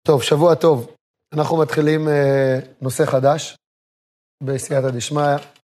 טוב, שבוע טוב. אנחנו מתחילים נושא חדש בסייעתא דשמיא.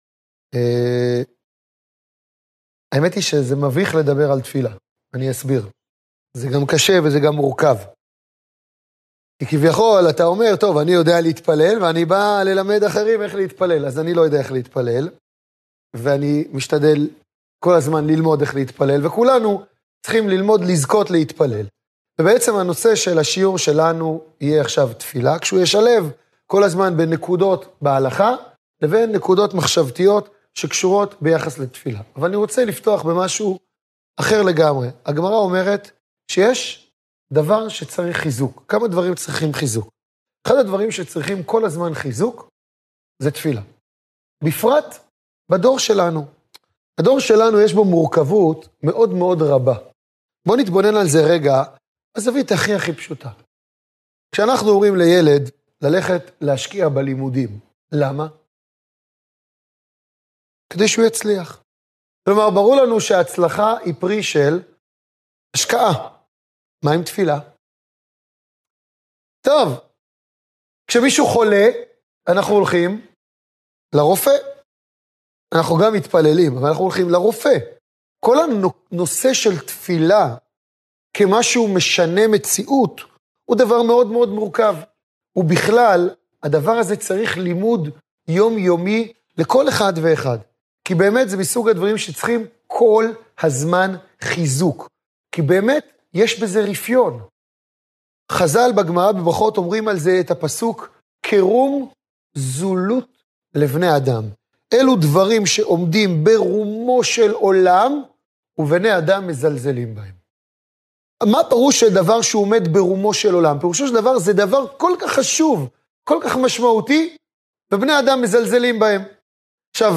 האמת היא שזה מביך לדבר על תפילה. אני אסביר. זה גם קשה וזה גם מורכב. כי כביכול אתה אומר, טוב, אני יודע להתפלל, ואני בא ללמד אחרים איך להתפלל, אז אני לא יודע איך להתפלל, ואני משתדל כל הזמן ללמוד איך להתפלל, וכולנו צריכים ללמוד לזכות להתפלל. ובעצם הנושא של השיעור שלנו יהיה עכשיו תפילה, כשהוא ישלב כל הזמן בין נקודות בהלכה, לבין נקודות מחשבתיות שקשורות ביחס לתפילה. אבל אני רוצה לפתוח במשהו אחר לגמרי. הגמרא אומרת שיש דבר שצריך חיזוק. כמה דברים צריכים חיזוק? אחד הדברים שצריכים כל הזמן חיזוק, זה תפילה. בפרט בדור שלנו. הדור שלנו יש בו מורכבות מאוד מאוד רבה. בואו נתבונן על זה רגע, הזווית הכי פשוטה. כשאנחנו אומרים לילד ללכת להשקיע בלימודים, למה? כדי שהוא יצליח. כלומר, ברור לנו שההצלחה היא פרי של השקעה. מה עם תפילה? טוב, כשמישהו חולה, אנחנו הולכים לרופא. אנחנו גם מתפללים, אבל אנחנו הולכים לרופא. כל הנושא של תפילה, כמשהו משנה מציאות, הוא דבר מאוד מאוד מורכב. ובכלל, הדבר הזה צריך לימוד יומיומי לכל אחד ואחד. כי באמת זה מסוג הדברים שצריכים כל הזמן חיזוק. כי באמת יש בזה רפיון. חז"ל בגמרא בברכות אומרים על זה את הפסוק, קרום זולות לבני אדם. אלו דברים שעומדים ברומו של עולם, ובני אדם מזלזלים בהם. מה פירוש של דבר שהוא עומד ברומו של עולם? פירושו של דבר זה דבר כל כך חשוב, כל כך משמעותי, ובני אדם מזלזלים בהם. עכשיו,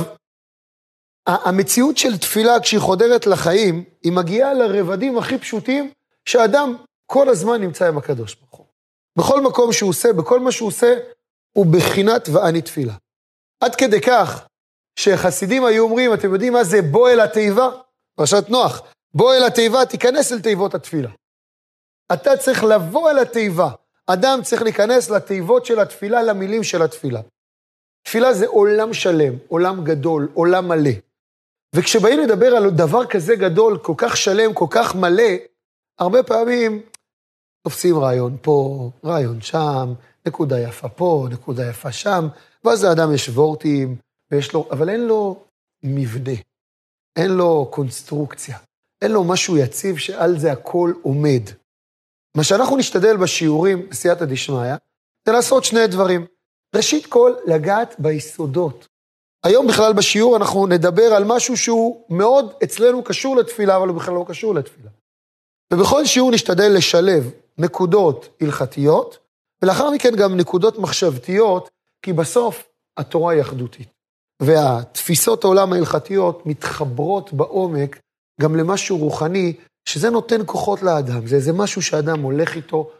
המציאות של תפילה כשהיא חודרת לחיים, היא מגיעה לרבדים הכי פשוטים, שהאדם כל הזמן נמצא עם הקדוש ברוך הוא. בכל מקום שהוא עושה, בכל מה שהוא עושה, הוא בחינת ואני תפילה. עד כדי כך, שחסידים היו אומרים, אתם יודעים מה זה בוא אל התיבה? פרשת נוח, בוא אל התיבה, תיכנס אל תיבות התפילה. אתה צריך לבוא אל התיבה. אדם צריך להיכנס לתיבות של התפילה, למילים של התפילה. תפילה זה עולם שלם, עולם גדול, עולם מלא. וכשבאים לדבר על דבר כזה גדול, כל כך שלם, כל כך מלא, הרבה פעמים תופסים רעיון פה, רעיון שם, נקודה יפה פה, נקודה יפה שם, ואז האדם יש וורטים, אבל אין לו מבנה, אין לו קונסטרוקציה, אין לו משהו יציב שעל זה הכל עומד. מה שאנחנו נשתדל בשיעורים בסייעתא דשמיא, זה לעשות שני דברים. ראשית כל, לגעת ביסודות. היום בכלל בשיעור אנחנו נדבר על משהו שהוא מאוד אצלנו קשור לתפילה, אבל הוא בכלל לא קשור לתפילה. ובכל שיעור נשתדל לשלב נקודות הלכתיות, ולאחר מכן גם נקודות מחשבתיות, כי בסוף התורה היא אחדותית. והתפיסות העולם ההלכתיות מתחברות בעומק גם למשהו רוחני, שזה נותן כוחות לאדם. זה איזה משהו שאדם הולך איתו,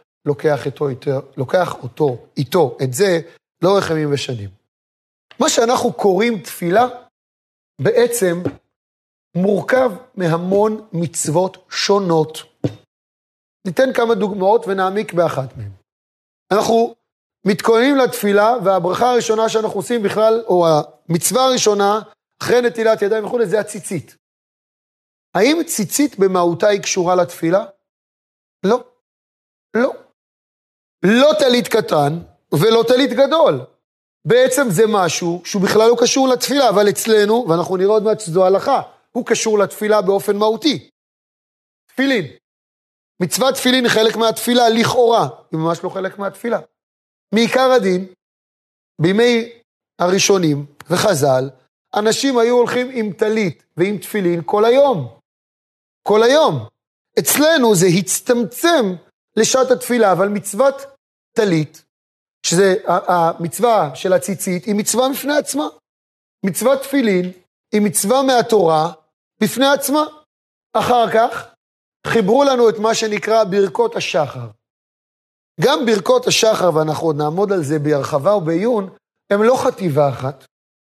לוקח אותו איתו, את זה לאורך ימים ושנים. מה שאנחנו קוראים תפילה, בעצם מורכב מהמון מצוות שונות. ניתן כמה דוגמאות ונעמיק באחת מהן. אנחנו מתכוננים לתפילה, והברכה הראשונה שאנחנו עושים בכלל, או המצווה הראשונה, אחרי נטילת ידיים וכו', זה הציצית. האם ציצית במהותה היא קשורה לתפילה? לא. לא. לא טלית קטן ולא טלית גדול. בעצם זה משהו שהוא בכלל לא קשור לתפילה, אבל אצלנו, ואנחנו נראה עוד מעט שזו הלכה, הוא קשור לתפילה באופן מהותי. תפילין. מצוות תפילין היא חלק מהתפילה, לכאורה, היא ממש לא חלק מהתפילה. מעיקר הדין, בימי הראשונים וחז"ל, אנשים היו הולכים עם טלית ועם תפילין כל היום. כל היום. אצלנו זה הצטמצם לשעת התפילה, אבל מצוות טלית, שזה המצווה של הציצית, היא מצווה בפני עצמה. מצוות תפילין היא מצווה מהתורה בפני עצמה. אחר כך חיברו לנו את מה שנקרא ברכות השחר. גם ברכות השחר, ואנחנו עוד נעמוד על זה בהרחבה ובעיון, הם לא חטיבה אחת.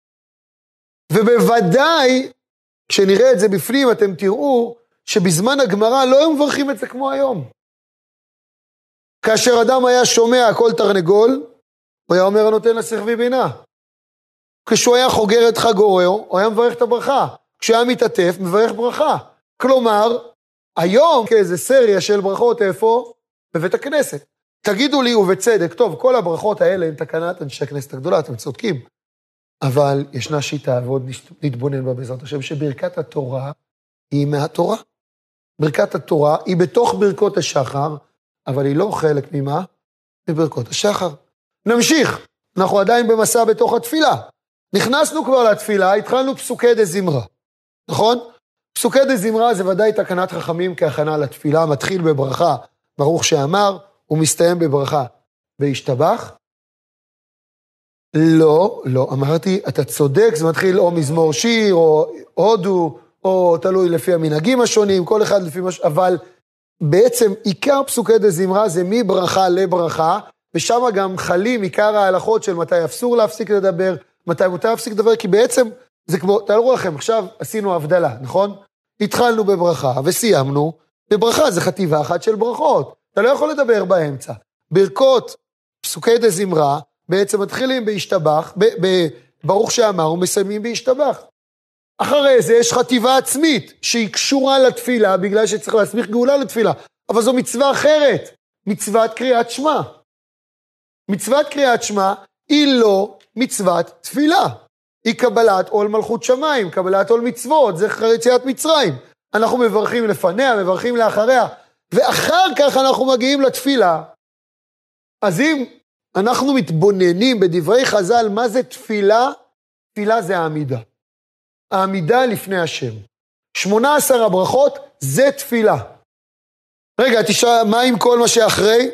ובוודאי, כשנראה את זה בפנים, אתם תראו שבזמן הגמרא לא היו מברכים את זה כמו היום. כאשר אדם היה שומע כל תרנגול, הוא היה אומר הנותן לשכווי בינה. כשהוא היה חוגר את חגורו, הוא היה מברך את הברכה. כשהוא היה מתעטף, מברך ברכה. כלומר, היום כאיזה סריה של ברכות איפה? בבית הכנסת. תגידו לי ובצדק, טוב, כל הברכות האלה הן תקנת אנשי הכנסת הגדולה, אתם צודקים. אבל ישנה שיטה, ועוד נתבונן בה בעזרת השם, שברכת התורה היא מהתורה. ברכת התורה היא בתוך ברכות השחר, אבל היא לא חלק ממה? מברכות השחר. נמשיך, אנחנו עדיין במסע בתוך התפילה. נכנסנו כבר לתפילה, התחלנו פסוקי דזמרה, נכון? פסוקי דזמרה זה ודאי תקנת חכמים כהכנה לתפילה, מתחיל בברכה, ברוך שאמר, ומסתיים בברכה. והשתבח? לא, אמרתי, אתה צודק, זה מתחיל או מזמור שיר, או הודו, או תלוי לפי המנהגים השונים, כל אחד לפי משהו, אבל בעצם עיקר פסוקי דזמרה זה מברכה לברכה, ושם גם חלים עיקר ההלכות של מתי אסור להפסיק לדבר, מתי מותר להפסיק לדבר, כי בעצם זה כמו, תראו לכם, עכשיו עשינו הבדלה, נכון? התחלנו בברכה וסיימנו, בברכה זה חטיבה אחת של ברכות, אתה לא יכול לדבר באמצע. ברכות פסוקי דזמרה בעצם מתחילים בהשתבח, ברוך שאמר ומסיימים בהשתבח. אחרי זה יש חטיבה עצמית שהיא קשורה לתפילה, בגלל שצריך להסמיך גאולה לתפילה, אבל זו מצווה אחרת, מצוות קריאת שמע. מצוות קריאת שמע היא לא מצוות תפילה, היא קבלת עול מלכות שמיים, קבלת עול מצוות, זה יציאת מצרים. אנחנו מברכים לפניה, מברכים לאחריה, ואחר כך אנחנו מגיעים לתפילה. אז אם אנחנו מתבוננים בדברי חז"ל, מה זה תפילה? תפילה זה העמידה. העמידה לפני השם. 18 הברכות זה תפילה. רגע, תשאל, מה עם כל מה שאחרי?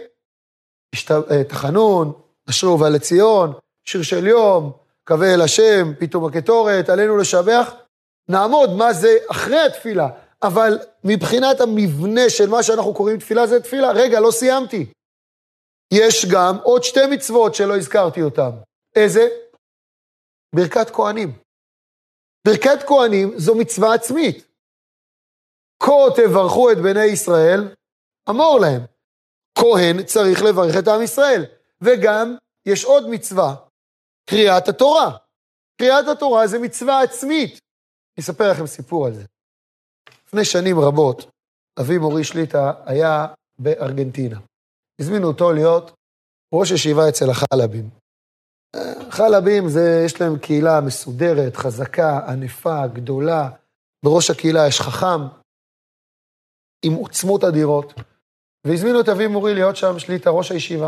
תחנון, אשרי ובא לציון, שיר של יום, קווה אל השם, פתאום הקטורת, עלינו לשבח. נעמוד מה זה אחרי התפילה, אבל מבחינת המבנה של מה שאנחנו קוראים תפילה זה תפילה. רגע, לא סיימתי. יש גם עוד 2 מצוות שלא הזכרתי אותן. איזה? ברכת כהנים. ברכת כהנים זו מצווה עצמית. כה תברכו את בני ישראל, אמור להם. כהן צריך לברך את עם ישראל. וגם יש עוד מצווה, קריאת התורה. קריאת התורה זה מצווה עצמית. אני אספר לכם סיפור על זה. לפני שנים רבות, אבי מורי שליטה היה בארגנטינה. הזמינו אותו להיות ראש ישיבה אצל החלבים. חלבים זה, יש להם קהילה מסודרת, חזקה, ענפה, גדולה. בראש הקהילה יש חכם, עם עוצמות אדירות. והזמינו את אבי מורי להיות שם שליטה, ראש הישיבה.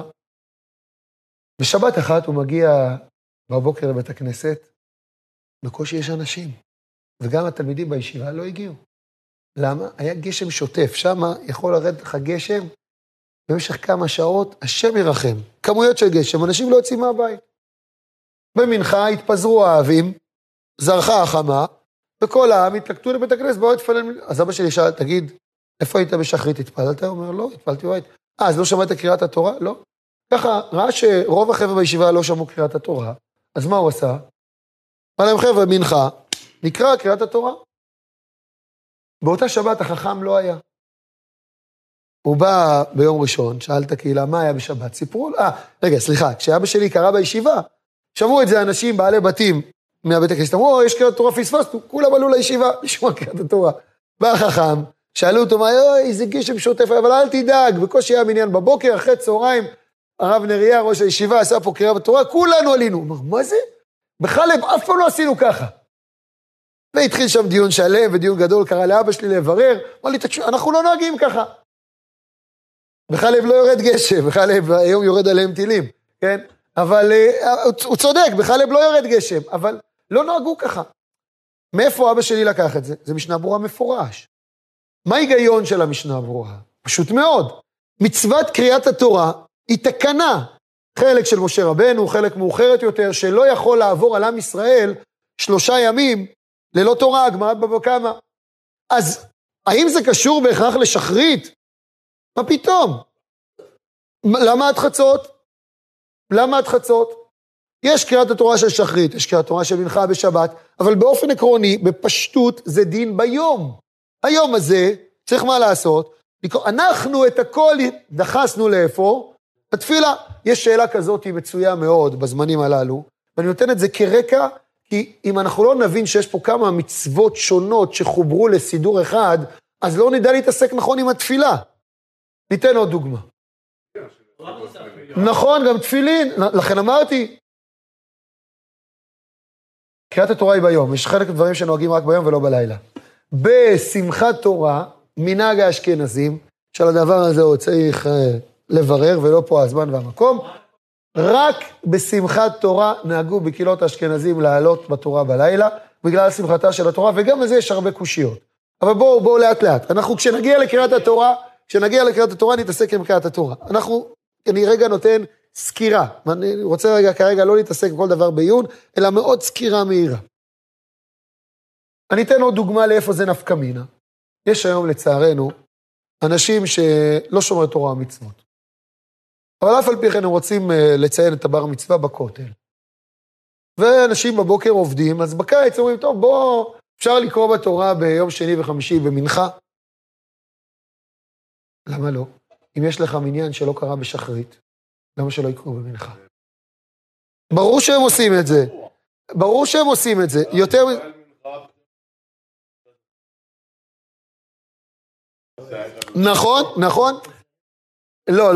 בשבת אחת הוא מגיע בבוקר לבית הכנסת, בקושי יש אנשים. וגם התלמידים בישיבה לא הגיעו. למה? היה גשם שוטף, שם יכול לרדת לך גשם, במשך כמה שעות, השם ירחם. כמויות של גשם, אנשים לא יוצאים מהבית. במנחה התפזרו האהבים, זרחה החמה, וכל העם התלקטו לבית הכנסת, בואו התפלל. אז אבא שלי שאל, תגיד, איפה היית בשחרית? התפללת? הוא אומר, לא, התפללתי בבית. אז לא שמעת קריאת התורה? לא. ככה, ראה שרוב החבר'ה בישיבה לא שמעו קריאת התורה, אז מה הוא עשה? אמר להם, חבר'ה, מנחה, נקרא קריאת התורה. באותה שבת החכם לא היה. הוא בא ביום ראשון, שאל את הקהילה, מה היה בשבת? סיפרו לו, רגע, סליחה, כשאבא שלי קרא בישיבה, שמעו את זה אנשים, בעלי בתים, מהבית הכנסת, אמרו, יש קריאת התורה, פספסנו, כולם עלו לישיבה, לשמוע קריאת התורה. בא החכם, שאלו אותו, איזה גשם שוטף, אבל אל תדאג, בקושי היה מניין בבוקר, אחרי צהריים, הרב נריה, ראש הישיבה, עשה פה קריאה בתורה, כולנו עלינו. הוא אומר, מה זה? בחלב, אף פעם לא עשינו ככה. והתחיל שם דיון שלם ודיון גדול, קרא לאבא שלי לברר, אמר לי, תקשיב, אנחנו לא נוהגים ככה. בחלב לא יורד גשם, בחלב היום יורד עליהם טילים, כן? אבל הוא צודק, בחלב לא יורד גשם, אבל לא נוהגו ככה. מאיפה אבא שלי לקח את זה? זה משנה ברורה מפורש. מה ההיגיון של המשנה ברורה? פשוט מאוד. מצוות קריאת התורה היא תקנה. חלק של משה רבנו, חלק מאוחרת יותר, שלא יכול לעבור על עם ישראל 3 ימים ללא תורה, הגמרא בבא קמא. אז האם זה קשור בהכרח לשחרית? מה פתאום? למה עד חצות? למה עד חצות? יש קריאת התורה של שחרית, יש קריאת התורה של מנחה בשבת, אבל באופן עקרוני, בפשטות, זה דין ביום. היום הזה, צריך מה לעשות? אנחנו את הכל דחסנו לאיפה? התפילה, יש שאלה כזאת, היא מצויה מאוד בזמנים הללו, ואני נותן את זה כרקע, כי אם אנחנו לא נבין שיש פה כמה מצוות שונות שחוברו לסידור אחד, אז לא נדע להתעסק נכון עם התפילה. ניתן עוד דוגמה. נכון, גם תפילין, לכן אמרתי, קריאת התורה היא ביום, יש חלק דברים שנוהגים רק ביום ולא בלילה. בשמחת תורה, מנהג האשכנזים, שעל הדבר הזה הוא צריך לברר, ולא פה הזמן והמקום, רק בשמחת תורה נהגו בקהילות האשכנזים לעלות בתורה בלילה, בגלל שמחתה של התורה, וגם לזה יש הרבה קושיות. אבל בואו לאט לאט. אנחנו כשנגיע לקריאת התורה, נתעסק עם קריאת התורה. אני רגע נותן סקירה. אני רוצה כרגע לא להתעסק בכל דבר בעיון, אלא מאוד סקירה מהירה. אני אתן עוד דוגמה לאיפה זה נפקא מינה. יש היום לצערנו אנשים שלא שומרי תורה ומצוות. אבל אף על פי כן הם רוצים לציין את הבר מצווה בכותל. ואנשים בבוקר עובדים, אז בקיץ אומרים, טוב, בוא, אפשר לקרוא בתורה ביום שני וחמישי במנחה. למה לא? אם יש לך מניין שלא קרה בשחרית, למה שלא יקראו במנחה? ברור שהם עושים את זה. ברור שהם עושים את זה. יותר... נכון? לא.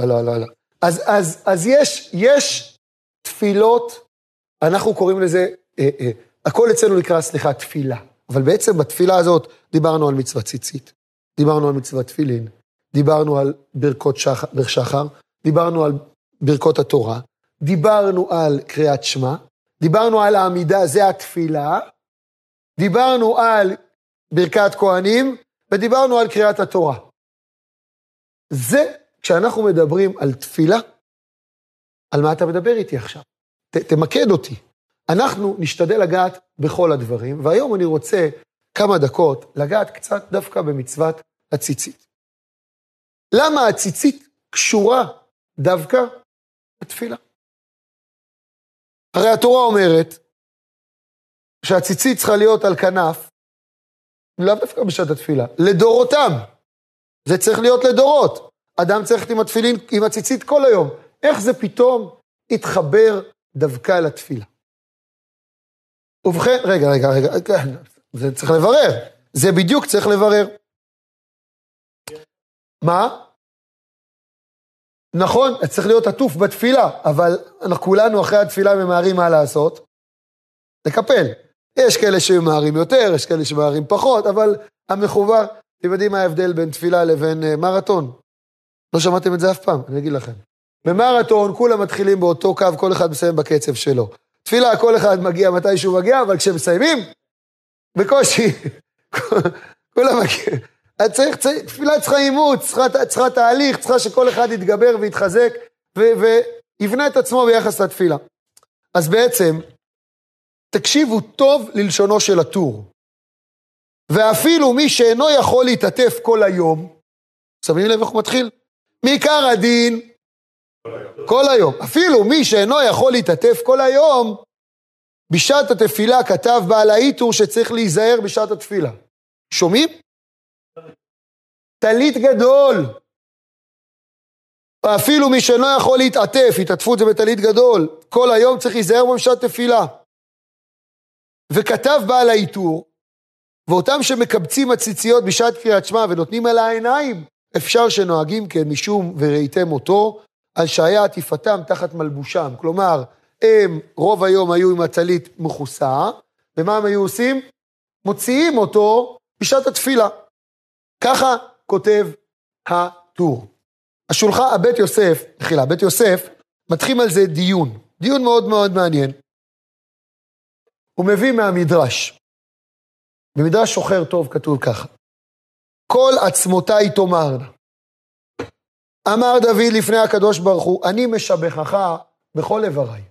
אז יש תפילות, אנחנו קוראים לזה, הכל אצלנו נקרא, תפילה. אבל בעצם בתפילה הזאת דיברנו על מצוות ציצית, דיברנו על מצוות תפילין, דיברנו על ברכות שחר, דיברנו על ברכות התורה, דיברנו על קריאת שמע, דיברנו על העמידה, זה התפילה, דיברנו על ברכת כהנים, ודיברנו על קריאת התורה. זה, כשאנחנו מדברים על תפילה, על מה אתה מדבר איתי עכשיו? תמקד אותי. אנחנו נשתדל לגעת בכל הדברים, והיום אני רוצה כמה דקות לגעת קצת דווקא במצוות הציצית. למה הציצית קשורה דווקא בתפילה? הרי התורה אומרת שהציצית צריכה להיות על כנף, לאו דווקא בשעת התפילה, לדורותם. זה צריך להיות לדורות. אדם צריך עם התפילין, עם הציצית כל היום. איך זה פתאום התחבר דווקא לתפילה? ובכן, רגע, זה צריך לברר. זה בדיוק צריך לברר. מה? נכון, צריך להיות עטוף בתפילה, אבל אנחנו כולנו אחרי התפילה ממהרים מה לעשות? לקפל. יש כאלה שמהרים יותר, יש כאלה שמהרים פחות, אבל המחובר, אתם יודעים מה ההבדל בין תפילה לבין מרתון? לא שמעתם את זה אף פעם, אני אגיד לכם. במרתון כולם מתחילים באותו קו, כל אחד מסיים בקצב שלו. תפילה כל אחד מגיע מתי שהוא מגיע, אבל כשמסיימים, בקושי, כולם מגיע. תפילה צריכה אימוץ, צריכה תהליך, צריכה שכל אחד יתגבר ויתחזק, ויבנה את עצמו ביחס לתפילה. אז בעצם, תקשיבו טוב ללשונו של הטור. ואפילו מי שאינו יכול להתעטף כל היום, שמים לב איך הוא מתחיל? מעיקר הדין, כל היום. אפילו מי שאינו יכול להתעטף כל היום, בשעת התפילה כתב בעל העיטור שצריך להיזהר בשעת התפילה. שומעים? טלית גדול. אפילו מי שאינו יכול להתעטף, התעטפות זה בטלית גדול, כל היום צריך להיזהר בשעת תפילה. וכתב בעל העיטור, ואותם שמקבצים הציציות בשעת קריאת שמע ונותנים על העיניים, אפשר שנוהגים כן משום וראיתם אותו, על שהיה עטיפתם תחת מלבושם. כלומר, הם רוב היום היו עם הטלית מכוסה, ומה הם היו עושים? מוציאים אותו בשעת התפילה. ככה כותב הטור. השולחן, בית יוסף, מתחיל על זה דיון מאוד מאוד מעניין. הוא מביא מהמדרש. במדרש שוחר טוב כתוב ככה. כל עצמותיי תאמרנה. אמר דוד לפני הקדוש ברוך הוא, אני משבחך בכל איבריי.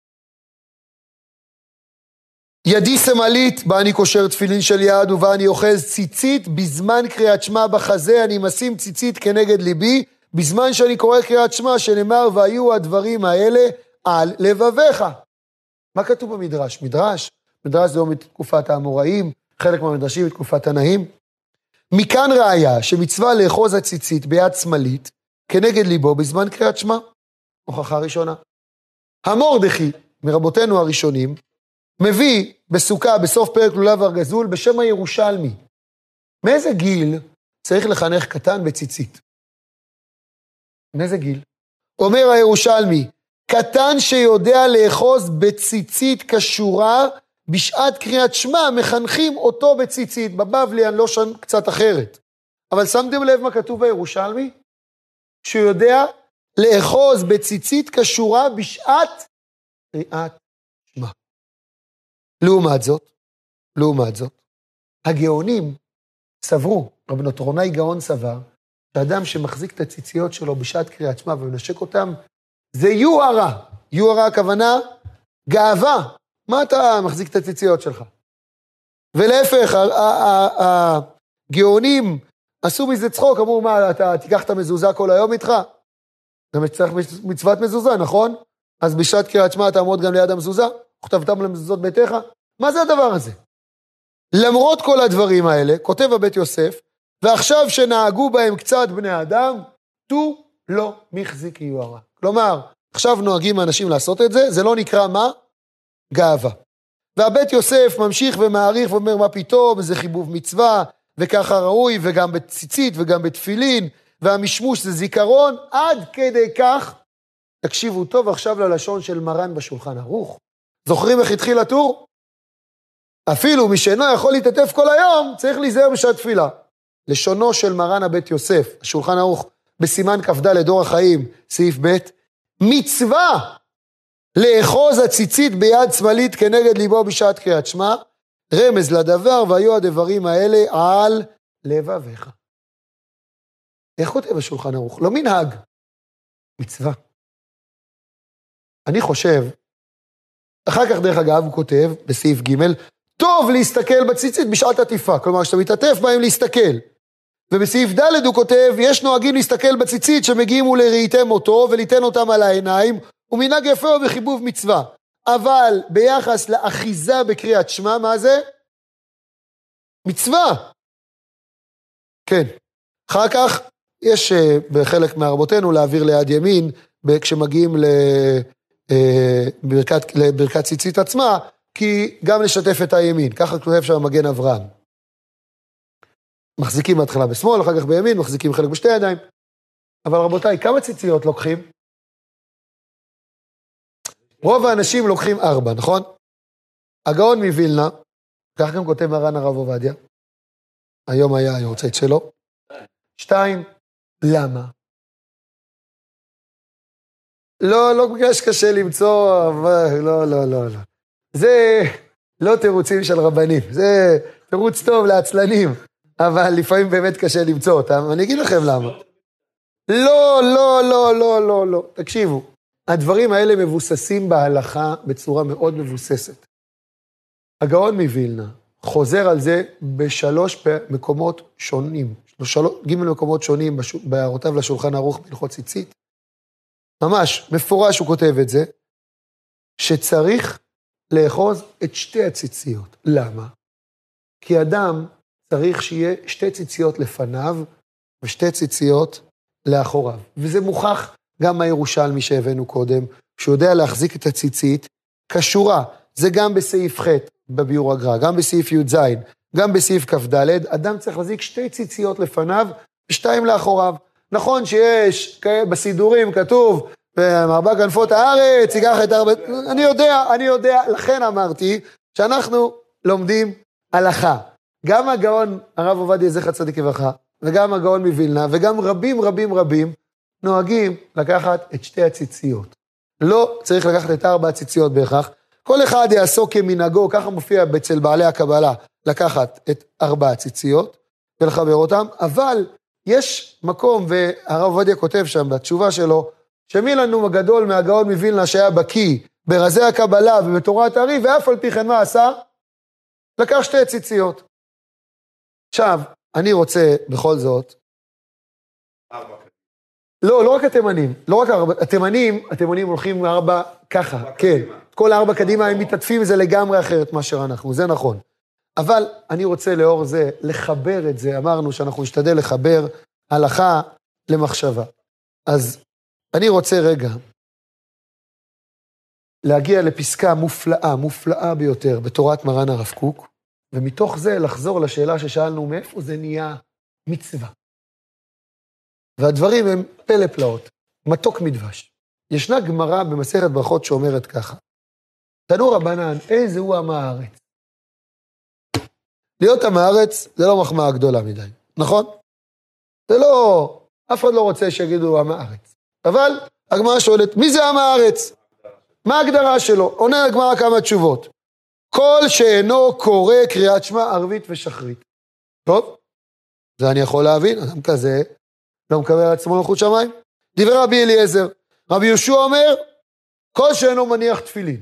ידי שמאלית, בה אני קושר תפילין של יד, ובה אני אוחז ציצית, בזמן קריאת שמע בחזה, אני משים ציצית כנגד ליבי, בזמן שאני קורא קריאת שמע, שנאמר, והיו הדברים האלה על לבביך. מה כתוב במדרש? מדרש זה לא מתקופת האמוראים, חלק מהמדרשים מתקופת תנאים. מכאן ראיה שמצווה לאחוז הציצית ביד שמאלית, כנגד ליבו בזמן קריאת שמע. הוכחה ראשונה. המורדכי, מרבותינו הראשונים, מביא בסוכה בסוף פרק לולב והרגזול בשם הירושלמי. מאיזה גיל צריך לחנך קטן בציצית? מאיזה גיל? אומר הירושלמי, קטן שיודע לאחוז בציצית קשורה בשעת קריאת שמע, מחנכים אותו בציצית. בבבלי אני לא שם קצת אחרת. אבל שמתם לב מה כתוב בירושלמי? שהוא יודע לאחוז בציצית קשורה בשעת קריאת שמע. לעומת זאת, הגאונים סברו, רבי נוטרונאי גאון סבר, שאדם שמחזיק את הציציות שלו בשעת קריאת שמע ומנשק אותם, זה יוהרה. יוהרה הכוונה גאווה. מה אתה מחזיק את הציציות שלך? ולהפך, הגאונים עשו מזה צחוק, אמרו, מה, אתה תיקח את המזוזה כל היום איתך? גם צריך מצוות מזוזה, נכון? אז בשעת קריאת שמע תעמוד גם ליד המזוזה, וכתבתם למזוזות ביתך. מה זה הדבר הזה? למרות כל הדברים האלה, כותב הבית יוסף, ועכשיו שנהגו בהם קצת בני אדם, תו לא מחזיק יוהרה. כלומר, עכשיו נוהגים האנשים לעשות את זה, זה לא נקרא מה? גאווה. והבית יוסף ממשיך ומעריך ואומר מה פתאום, זה חיבוב מצווה, וככה ראוי, וגם בציצית וגם בתפילין, והמשמוש זה זיכרון, עד כדי כך, תקשיבו טוב עכשיו ללשון של מרן בשולחן ערוך. זוכרים איך התחיל הטור? אפילו מי שאינו יכול להתעטף כל היום, צריך להיזהר בשעת תפילה. לשונו של מרן הבית יוסף, השולחן ערוך, בסימן כ"ד לדור החיים, סעיף ב', מצווה לאחוז הציצית ביד שמאלית כנגד ליבו בשעת קריאת שמע, רמז לדבר, והיו הדברים האלה על לבביך. איך כותב השולחן ערוך? לא מנהג, מצווה. אני חושב, אחר כך דרך אגב הוא כותב בסעיף ג', טוב להסתכל בציצית בשעת עטיפה, כלומר שאתה מתעטף בהם להסתכל. ובסעיף ד' הוא כותב, יש נוהגים להסתכל בציצית שמגיעים ולראיתם אותו וליתן אותם על העיניים, ומנהג יפה ובחיבוב מצווה. אבל ביחס לאחיזה בקריאת שמע, מה זה? מצווה. כן. אחר כך יש בחלק מהרבותינו להעביר ליד ימין, כשמגיעים לברכת ציצית עצמה, כי גם לשתף את הימין, ככה כותב שם מגן אברהם. מחזיקים מההתחלה בשמאל, אחר כך בימין, מחזיקים חלק בשתי ידיים. אבל רבותיי, כמה ציציות לוקחים? רוב האנשים לוקחים 4, נכון? הגאון מווילנה, כך גם כותב מרן הרב עובדיה, היום היה היורצייט שלו, 2, למה? לא בגלל שקשה למצוא, לא. זה לא תירוצים של רבנים, זה תירוץ טוב לעצלנים, אבל לפעמים באמת קשה למצוא אותם, אני אגיד לכם למה. לא, תקשיבו, הדברים האלה מבוססים בהלכה בצורה מאוד מבוססת. הגאון מווילנה חוזר על זה בשלוש מקומות שונים, ג' מקומות שונים בהערותיו לשולחן ערוך בהלכות ציצית. ממש, מפורש הוא כותב את זה, שצריך לאחוז את שתי הציציות. למה? כי אדם צריך שיהיה שתי ציציות לפניו, ושתי ציציות לאחוריו. וזה מוכח גם מהירושלמי שהבאנו קודם, שהוא יודע להחזיק את הציצית קשורה. זה גם בסעיף ח' בביאור הגר"א, גם בסעיף י"ז, גם בסעיף כ"ד, אדם צריך להחזיק שתי ציציות לפניו, ושתיים לאחוריו. נכון שיש בסידורים כתוב, מארבע כנפות הארץ, ייקח את ארבע... אני יודע, לכן אמרתי שאנחנו לומדים הלכה. גם הגאון הרב עובדיה זכר צדיק לברכה, וגם הגאון מווילנה, וגם רבים נוהגים לקחת את שתי הציציות. לא צריך לקחת את 4 הציציות בהכרח. כל אחד יעסוק כמנהגו, ככה מופיע אצל בעלי הקבלה, לקחת את 4 הציציות ולחבר אותם, אבל יש מקום, והרב עובדיה כותב שם בתשובה שלו, שמי לנו הגדול מהגאון מווילנה שהיה בקיא ברזי הקבלה ובתורת הרי"ף, ואף על פי כן מה עשה? לקח 2 ציציות. עכשיו, אני רוצה בכל זאת... 4. לא רק התימנים, לא רק התימנים הולכים 4 ככה, כן. כל 4 קדימה הם מתעטפים, זה לגמרי אחרת מה שאנחנו, זה נכון. אבל אני רוצה לאור זה לחבר את זה, אמרנו שאנחנו נשתדל לחבר הלכה למחשבה. אז אני רוצה רגע להגיע לפסקה מופלאה, מופלאה ביותר, בתורת מרן הרב קוק, ומתוך זה לחזור לשאלה ששאלנו, מאיפה זה נהיה מצווה. והדברים הם פלא פלאות, מתוק מדבש. ישנה גמרא במסכת ברכות שאומרת ככה, תנו רבנן, איזה הוא עם הארץ? להיות עם הארץ זה לא מחמאה גדולה מדי, נכון? זה לא, אף אחד לא רוצה שיגידו עם הארץ. אבל הגמרא שואלת, מי זה עם הארץ? מה ההגדרה שלו? עונה הגמרא כמה תשובות. כל שאינו קורא קריאת שמע ערבית ושחרית. טוב? זה אני יכול להבין, אדם כזה לא מקבל על עצמו מלכות שמיים. דברי רבי אליעזר, רבי יהושע אומר, כל שאינו מניח תפילין.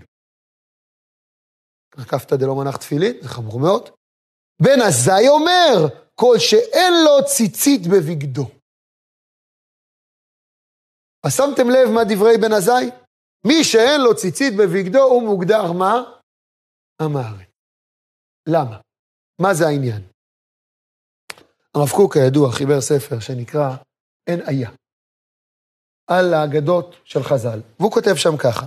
הקפת דלא מנח תפילין, זה חמור מאוד. בן עזאי אומר, כל שאין לו ציצית בבגדו. אז שמתם לב מה דברי בן עזאי? מי שאין לו ציצית בבגדו הוא מוגדר מה? עם הארץ. למה? מה זה העניין? הרב קוק הידוע חיבר ספר שנקרא אין היה, על האגדות של חז"ל, והוא כותב שם ככה,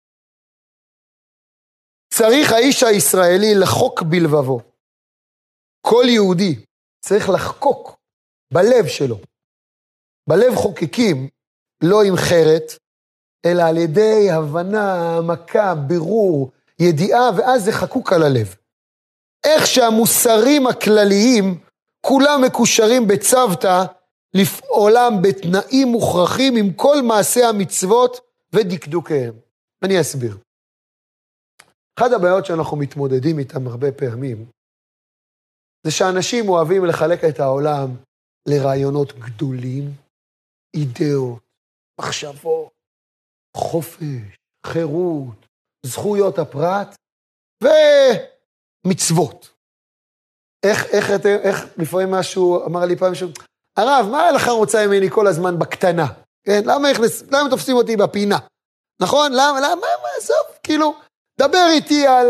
צריך האיש הישראלי לחוק בלבבו, כל יהודי צריך לחקוק בלב שלו, בלב חוקקים, לא עם חרת, אלא על ידי הבנה, העמקה, בירור, ידיעה, ואז זה חקוק על הלב. איך שהמוסרים הכלליים, כולם מקושרים בצוותא, לפעולם בתנאים מוכרחים עם כל מעשי המצוות ודקדוקיהם. אני אסביר. אחד הבעיות שאנחנו מתמודדים איתם הרבה פעמים, זה שאנשים אוהבים לחלק את העולם לרעיונות גדולים, אידאות, מחשבות, חופש, חירות, זכויות הפרט ומצוות. איך לפעמים משהו אמר לי פעם הרב, מה לך רוצה ממני כל הזמן בקטנה? כן? למה תופסים אותי בפינה? נכון? למה? עזוב, כאילו, דבר איתי על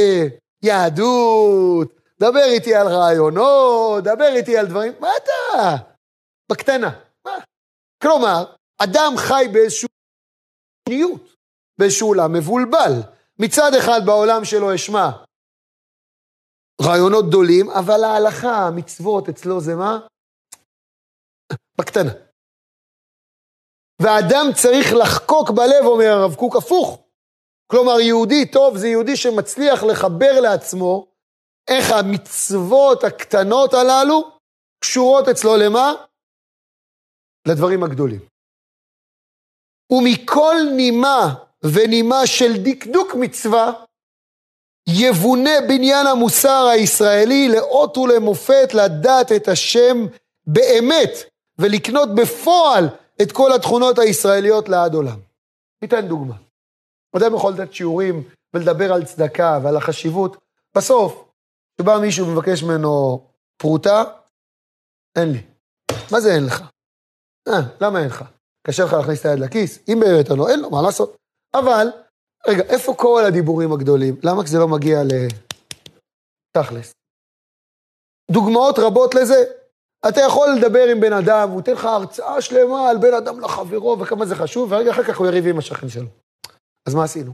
יהדות, דבר איתי על רעיונות, דבר איתי על דברים, מה אתה? בקטנה. מה? כלומר, אדם חי באיזשהו שניות, באיזשהו עולם מבולבל. מצד אחד בעולם שלו יש מה? רעיונות גדולים, אבל ההלכה, המצוות אצלו זה מה? בקטנה. והאדם צריך לחקוק בלב, אומר הרב קוק, הפוך. כלומר, יהודי טוב זה יהודי שמצליח לחבר לעצמו איך המצוות הקטנות הללו קשורות אצלו למה? לדברים הגדולים. ומכל נימה ונימה של דקדוק מצווה, יבונה בניין המוסר הישראלי לאות ולמופת לדעת את השם באמת, ולקנות בפועל את כל התכונות הישראליות לעד עולם. ניתן דוגמה. אדם יכול לתת שיעורים ולדבר על צדקה ועל החשיבות. בסוף, שבא מישהו ומבקש ממנו פרוטה, אין לי. מה זה אין לך? למה אין לך? קשה לך להכניס את היד לכיס? אם באמת לא, אין לו, מה לעשות? אבל, רגע, איפה כל הדיבורים הגדולים? למה זה לא מגיע לתכלס? דוגמאות רבות לזה. אתה יכול לדבר עם בן אדם, הוא תן לך הרצאה שלמה על בן אדם לחברו, וכמה זה חשוב, ורגע אחר כך הוא יריב עם השכן שלו. אז מה עשינו?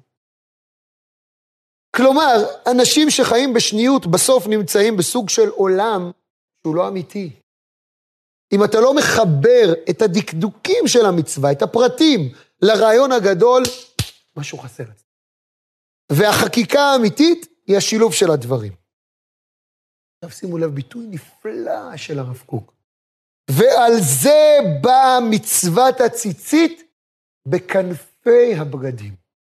כלומר, אנשים שחיים בשניות בסוף נמצאים בסוג של עולם שהוא לא אמיתי. אם אתה לא מחבר את הדקדוקים של המצווה, את הפרטים לרעיון הגדול, משהו חסר. והחקיקה האמיתית היא השילוב של הדברים. עכשיו שימו לב, ביטוי נפלא של הרב קוק. ועל זה באה מצוות הציצית בכנפי הבגדים.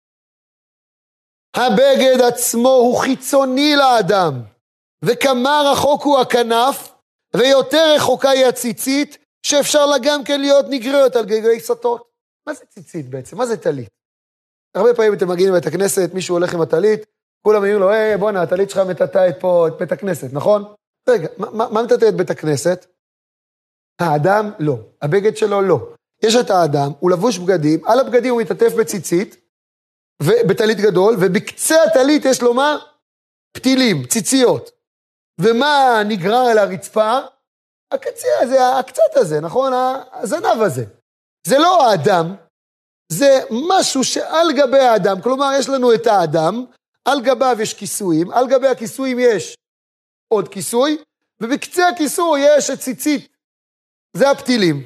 הבגד עצמו הוא חיצוני לאדם, וכמה רחוק הוא הכנף, ויותר רחוקה היא הציצית, שאפשר לה גם כן להיות נגררת על גגי סטות. מה זה ציצית בעצם? מה זה טלית? הרבה פעמים אתם מגיעים לבית הכנסת, מישהו הולך עם הטלית, כולם אומרים לו, בוא'נה, הטלית שלך מטאטא פה את בית הכנסת, נכון? רגע, מה מטאטא את בית הכנסת? האדם לא, הבגד שלו לא. יש את האדם, הוא לבוש בגדים, על הבגדים הוא מתעטף בציצית, ובטלית גדול, ובקצה הטלית יש לו מה? פתילים, ציציות. ומה נגרר אל הרצפה? הקצה הזה, הקצת הזה, נכון? הזנב הזה. זה לא האדם, זה משהו שעל גבי האדם, כלומר יש לנו את האדם, על גביו יש כיסויים, על גבי הכיסויים יש עוד כיסוי, ובקצה הכיסוי יש את ציצית, זה הפתילים.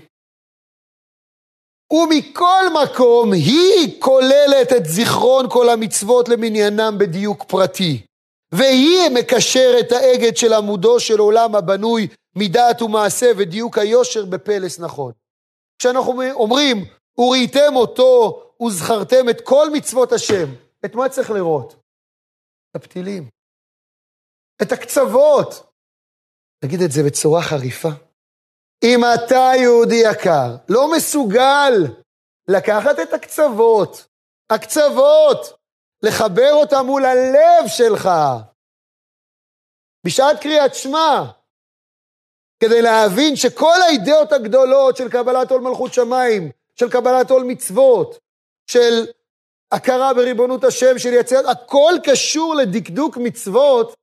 ומכל מקום היא כוללת את זיכרון כל המצוות למניינם בדיוק פרטי, והיא מקשרת האגד של עמודו של עולם הבנוי מדעת ומעשה ודיוק היושר בפלס נכון. כשאנחנו אומרים, וראיתם אותו וזכרתם את כל מצוות השם, את מה צריך לראות? את הפתילים, את הקצוות. נגיד את זה בצורה חריפה. אם אתה יהודי יקר, לא מסוגל לקחת את הקצוות, לחבר אותם מול הלב שלך, בשעת קריאת שמע, כדי להבין שכל האידאות הגדולות של קבלת עול מלכות שמיים, של קבלת עול מצוות, של הכרה בריבונות השם, של יציאת, הכל קשור לדקדוק מצוות,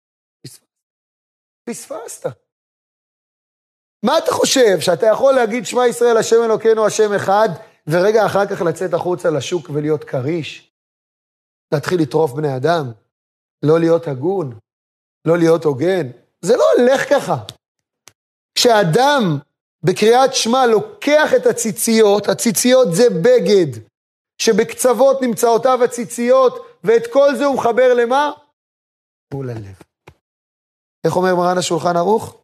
פספסת. מה אתה חושב? שאתה יכול להגיד שמע ישראל השם אלוקינו השם אחד, ורגע אחר כך לצאת החוצה לשוק ולהיות קריש? להתחיל לטרוף בני אדם? לא להיות הגון? לא להיות הוגן? זה לא הולך ככה. כשאדם בקריאת שמע לוקח את הציציות, הציציות זה בגד, שבקצוות נמצאותיו הציציות, ואת כל זה הוא מחבר למה? מול הלב. איך אומר מרן השולחן ערוך?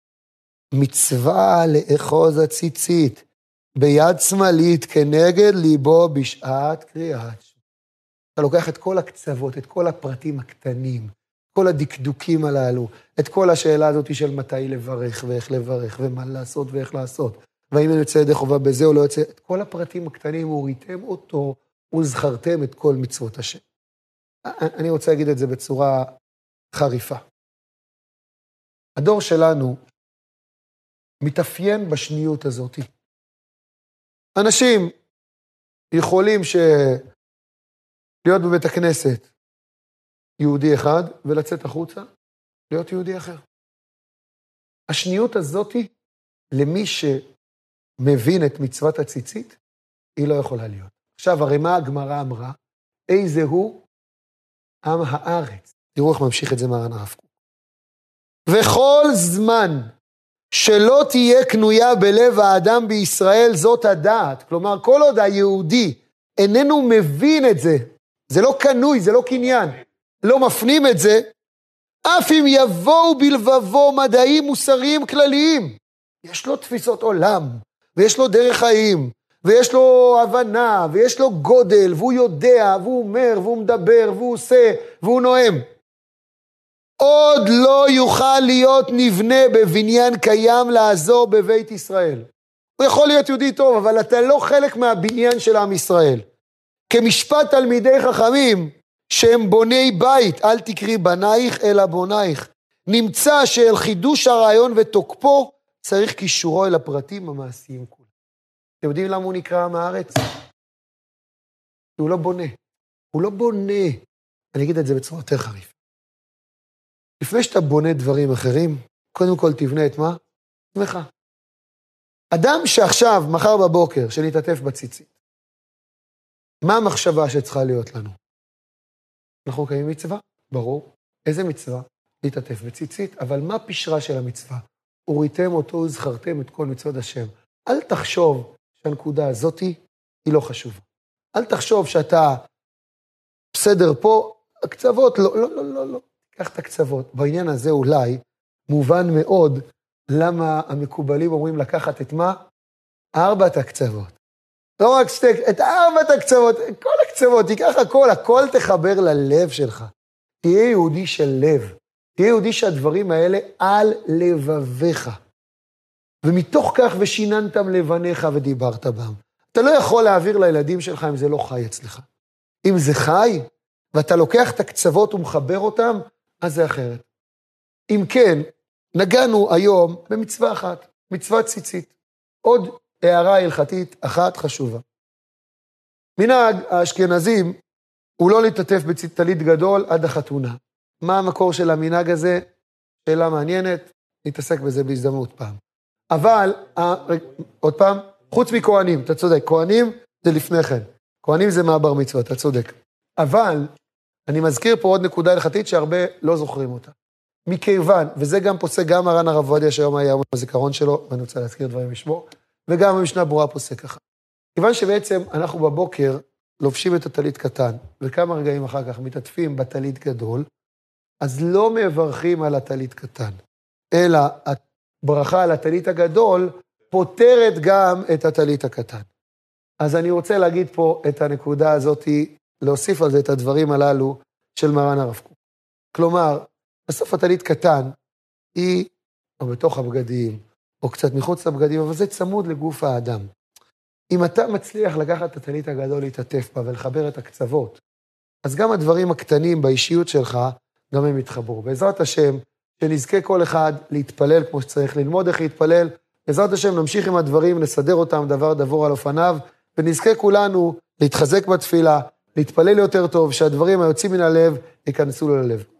מצווה לאחוז הציצית ביד שמאלית כנגד ליבו בשעת קריאת שמע. אתה לוקח את כל הקצוות, את כל הפרטים הקטנים, כל הדקדוקים הללו, את כל השאלה הזאת של מתי לברך ואיך לברך ומה לעשות ואיך לעשות, והאם אני יוצא ידי חובה בזה או לא יוצא, את כל הפרטים הקטנים הוריתם אותו וזכרתם את כל מצוות השם. אני רוצה להגיד את זה בצורה חריפה. הדור שלנו מתאפיין בשניות הזאת. אנשים יכולים להיות בבית הכנסת יהודי אחד ולצאת החוצה להיות יהודי אחר. השניות הזאת, למי שמבין את מצוות הציצית, היא לא יכולה להיות. עכשיו, הרי מה הגמרא אמרה? איזה הוא עם הארץ. תראו איך ממשיך את זה מרן הרב קוק. וכל זמן שלא תהיה קנויה בלב האדם בישראל זאת הדעת, כלומר כל עוד היהודי איננו מבין את זה, זה לא קנוי, זה לא קניין, לא מפנים את זה, אף אם יבואו בלבבו מדעים מוסריים כלליים, יש לו תפיסות עולם, ויש לו דרך חיים, ויש לו הבנה, ויש לו גודל, והוא יודע, והוא אומר, והוא מדבר, והוא עושה, והוא נואם. עוד לא יוכל להיות נבנה בבניין קיים לעזור בבית ישראל. הוא יכול להיות יהודי טוב, אבל אתה לא חלק מהבניין של עם ישראל. כמשפט תלמידי חכמים, שהם בוני בית, אל תקרי בנייך אלא בונייך. נמצא שאל חידוש הרעיון ותוקפו, צריך קישורו אל הפרטים המעשיים כולם. אתם יודעים למה הוא נקרא עם הארץ? הוא לא בונה. הוא לא בונה. אני אגיד את זה בצורה יותר חריף. לפני שאתה בונה דברים אחרים, קודם כל תבנה את מה? עצמך. אדם שעכשיו, מחר בבוקר, שנתעטף בציצית, מה המחשבה שצריכה להיות לנו? אנחנו קיימים מצווה? ברור. איזה מצווה? להתעטף בציצית, אבל מה פשרה של המצווה? וראיתם אותו וזכרתם את כל מצוות השם. אל תחשוב שהנקודה הזאת היא לא חשובה. אל תחשוב שאתה בסדר פה, הקצוות, לא. קח את הקצוות. בעניין הזה אולי מובן מאוד למה המקובלים אומרים לקחת את מה? 4 הקצוות. לא רק את 4 הקצוות, כל הקצוות, תיקח הכל תחבר ללב שלך. תהיה יהודי של לב. תהיה יהודי שהדברים האלה על לבביך. ומתוך כך ושיננתם לבניך ודיברת בם. אתה לא יכול להעביר לילדים שלך אם זה לא חי אצלך. אם זה חי, ואתה לוקח את הקצוות ומחבר אותם, אז זה אחרת. אם כן, נגענו היום במצווה אחת, מצוות ציצית. עוד הערה הלכתית אחת חשובה. מנהג האשכנזים הוא לא להתעטף בטלית גדול עד החתונה. מה המקור של המנהג הזה? שאלה מעניינת, נתעסק בזה בהזדמנות פעם. אבל, עוד פעם, חוץ מכהנים, אתה צודק, כהנים זה לפני כן. כהנים זה מהבר מצווה, אתה צודק. אבל אני מזכיר פה עוד נקודה הלכתית שהרבה לא זוכרים אותה. מכיוון, וזה גם פוסק גם מרן הרב עובדיה, שהיום היה יום הזיכרון שלו, ואני רוצה להזכיר דברים משמו, וגם המשנה ברורה פוסק ככה. כיוון שבעצם אנחנו בבוקר לובשים את הטלית קטן, וכמה רגעים אחר כך מתעטפים בטלית גדול, אז לא מברכים על הטלית קטן, אלא הברכה על הטלית הגדול פותרת גם את הטלית הקטן. אז אני רוצה להגיד פה את הנקודה הזאת, להוסיף על זה את הדברים הללו של מרן הרב קוק. כלומר, בסוף הטלית קטן היא, או בתוך הבגדים, או קצת מחוץ לבגדים, אבל זה צמוד לגוף האדם. אם אתה מצליח לקחת את הטלית הגדול, להתעטף בה ולחבר את הקצוות, אז גם הדברים הקטנים באישיות שלך, גם הם יתחברו. בעזרת השם, שנזכה כל אחד להתפלל כמו שצריך, ללמוד איך להתפלל, בעזרת השם נמשיך עם הדברים, נסדר אותם דבר דבור על אופניו, ונזכה כולנו להתחזק בתפילה, להתפלל יותר טוב, שהדברים היוצאים מן הלב ייכנסו ללב.